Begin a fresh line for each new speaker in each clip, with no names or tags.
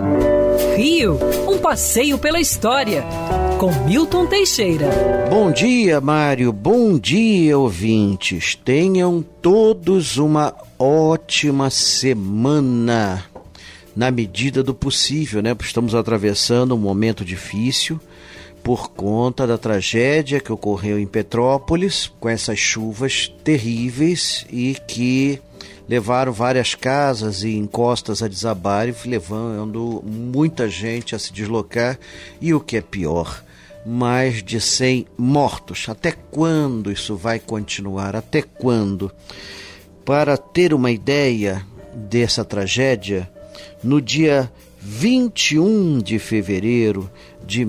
Rio, um passeio pela história, com Milton Teixeira.
Bom dia, Mário. Bom dia, ouvintes. Tenham todos uma ótima semana, na medida do possível, né? Porque estamos atravessando um momento difícil por conta da tragédia que ocorreu em Petrópolis, com essas chuvas terríveis e que levaram várias casas e encostas a desabar, levando muita gente a se deslocar e, o que é pior, mais de 100 mortos. Até quando isso vai continuar? Até quando? Para ter uma ideia dessa tragédia, no dia 21 de fevereiro de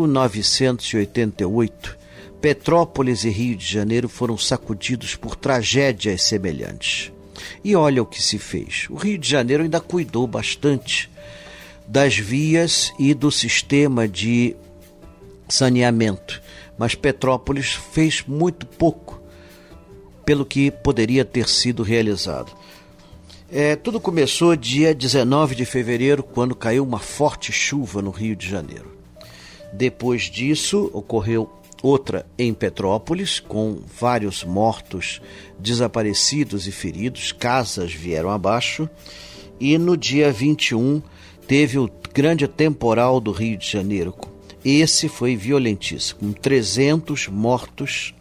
1988, Petrópolis e Rio de Janeiro foram sacudidos por tragédias semelhantes. E olha o que se fez. O Rio de Janeiro ainda cuidou bastante das vias e do sistema de saneamento, mas Petrópolis fez muito pouco pelo que poderia ter sido realizado. Tudo começou dia 19 de fevereiro, quando caiu uma forte chuva no Rio de Janeiro. Depois disso, ocorreu outra em Petrópolis, com vários mortos, desaparecidos e feridos, casas vieram abaixo, e no dia 21 teve o grande temporal do Rio de Janeiro. Esse foi violentíssimo, com 300 mortos,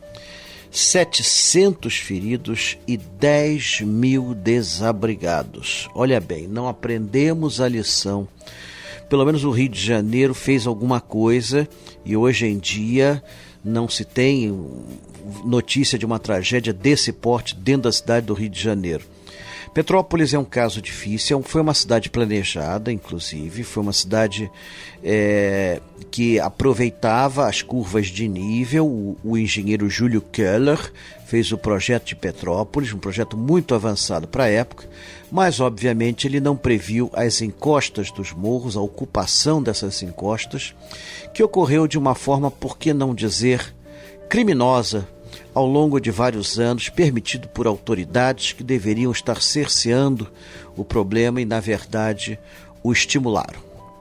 700 feridos e 10 mil desabrigados. Olha bem, não aprendemos a lição. Pelo menos o Rio de Janeiro fez alguma coisa e hoje em dia não se tem notícia de uma tragédia desse porte dentro da cidade do Rio de Janeiro. Petrópolis é um caso difícil, foi uma cidade planejada, inclusive, foi uma cidade que aproveitava as curvas de nível. O engenheiro Júlio Keller fez o projeto de Petrópolis, um projeto muito avançado para a época, mas obviamente ele não previu as encostas dos morros, a ocupação dessas encostas, que ocorreu de uma forma, por que não dizer, criminosa, ao longo de vários anos, permitido por autoridades que deveriam estar cerceando o problema e, na verdade, o estimularam.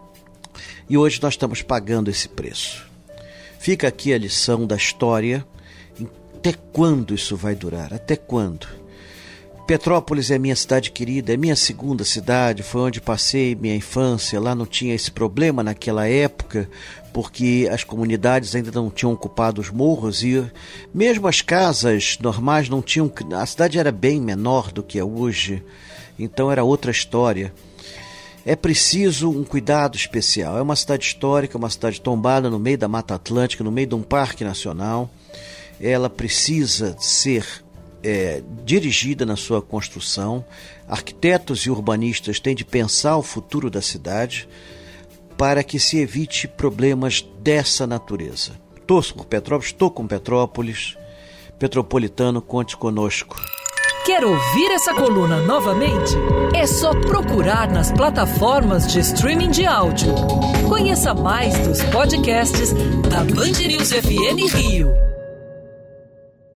E hoje nós estamos pagando esse preço. Fica aqui a lição da história. Até quando isso vai durar? Até quando? Petrópolis é minha cidade querida, é minha segunda cidade, foi onde passei minha infância. Lá não tinha esse problema naquela época, porque as comunidades ainda não tinham ocupado os morros e mesmo as casas normais não tinham. A cidade era bem menor do que é hoje, então era outra história. É preciso um cuidado especial. É uma cidade histórica, uma cidade tombada no meio da Mata Atlântica, no meio de um parque nacional. Ela precisa ser dirigida na sua construção. Arquitetos e urbanistas têm de pensar o futuro da cidade para que se evite problemas dessa natureza. Torço por Petrópolis, estou com Petrópolis. Petropolitano, conte conosco.
Quer ouvir essa coluna novamente? É só procurar nas plataformas de streaming de áudio. Conheça mais dos podcasts da Band News FM Rio.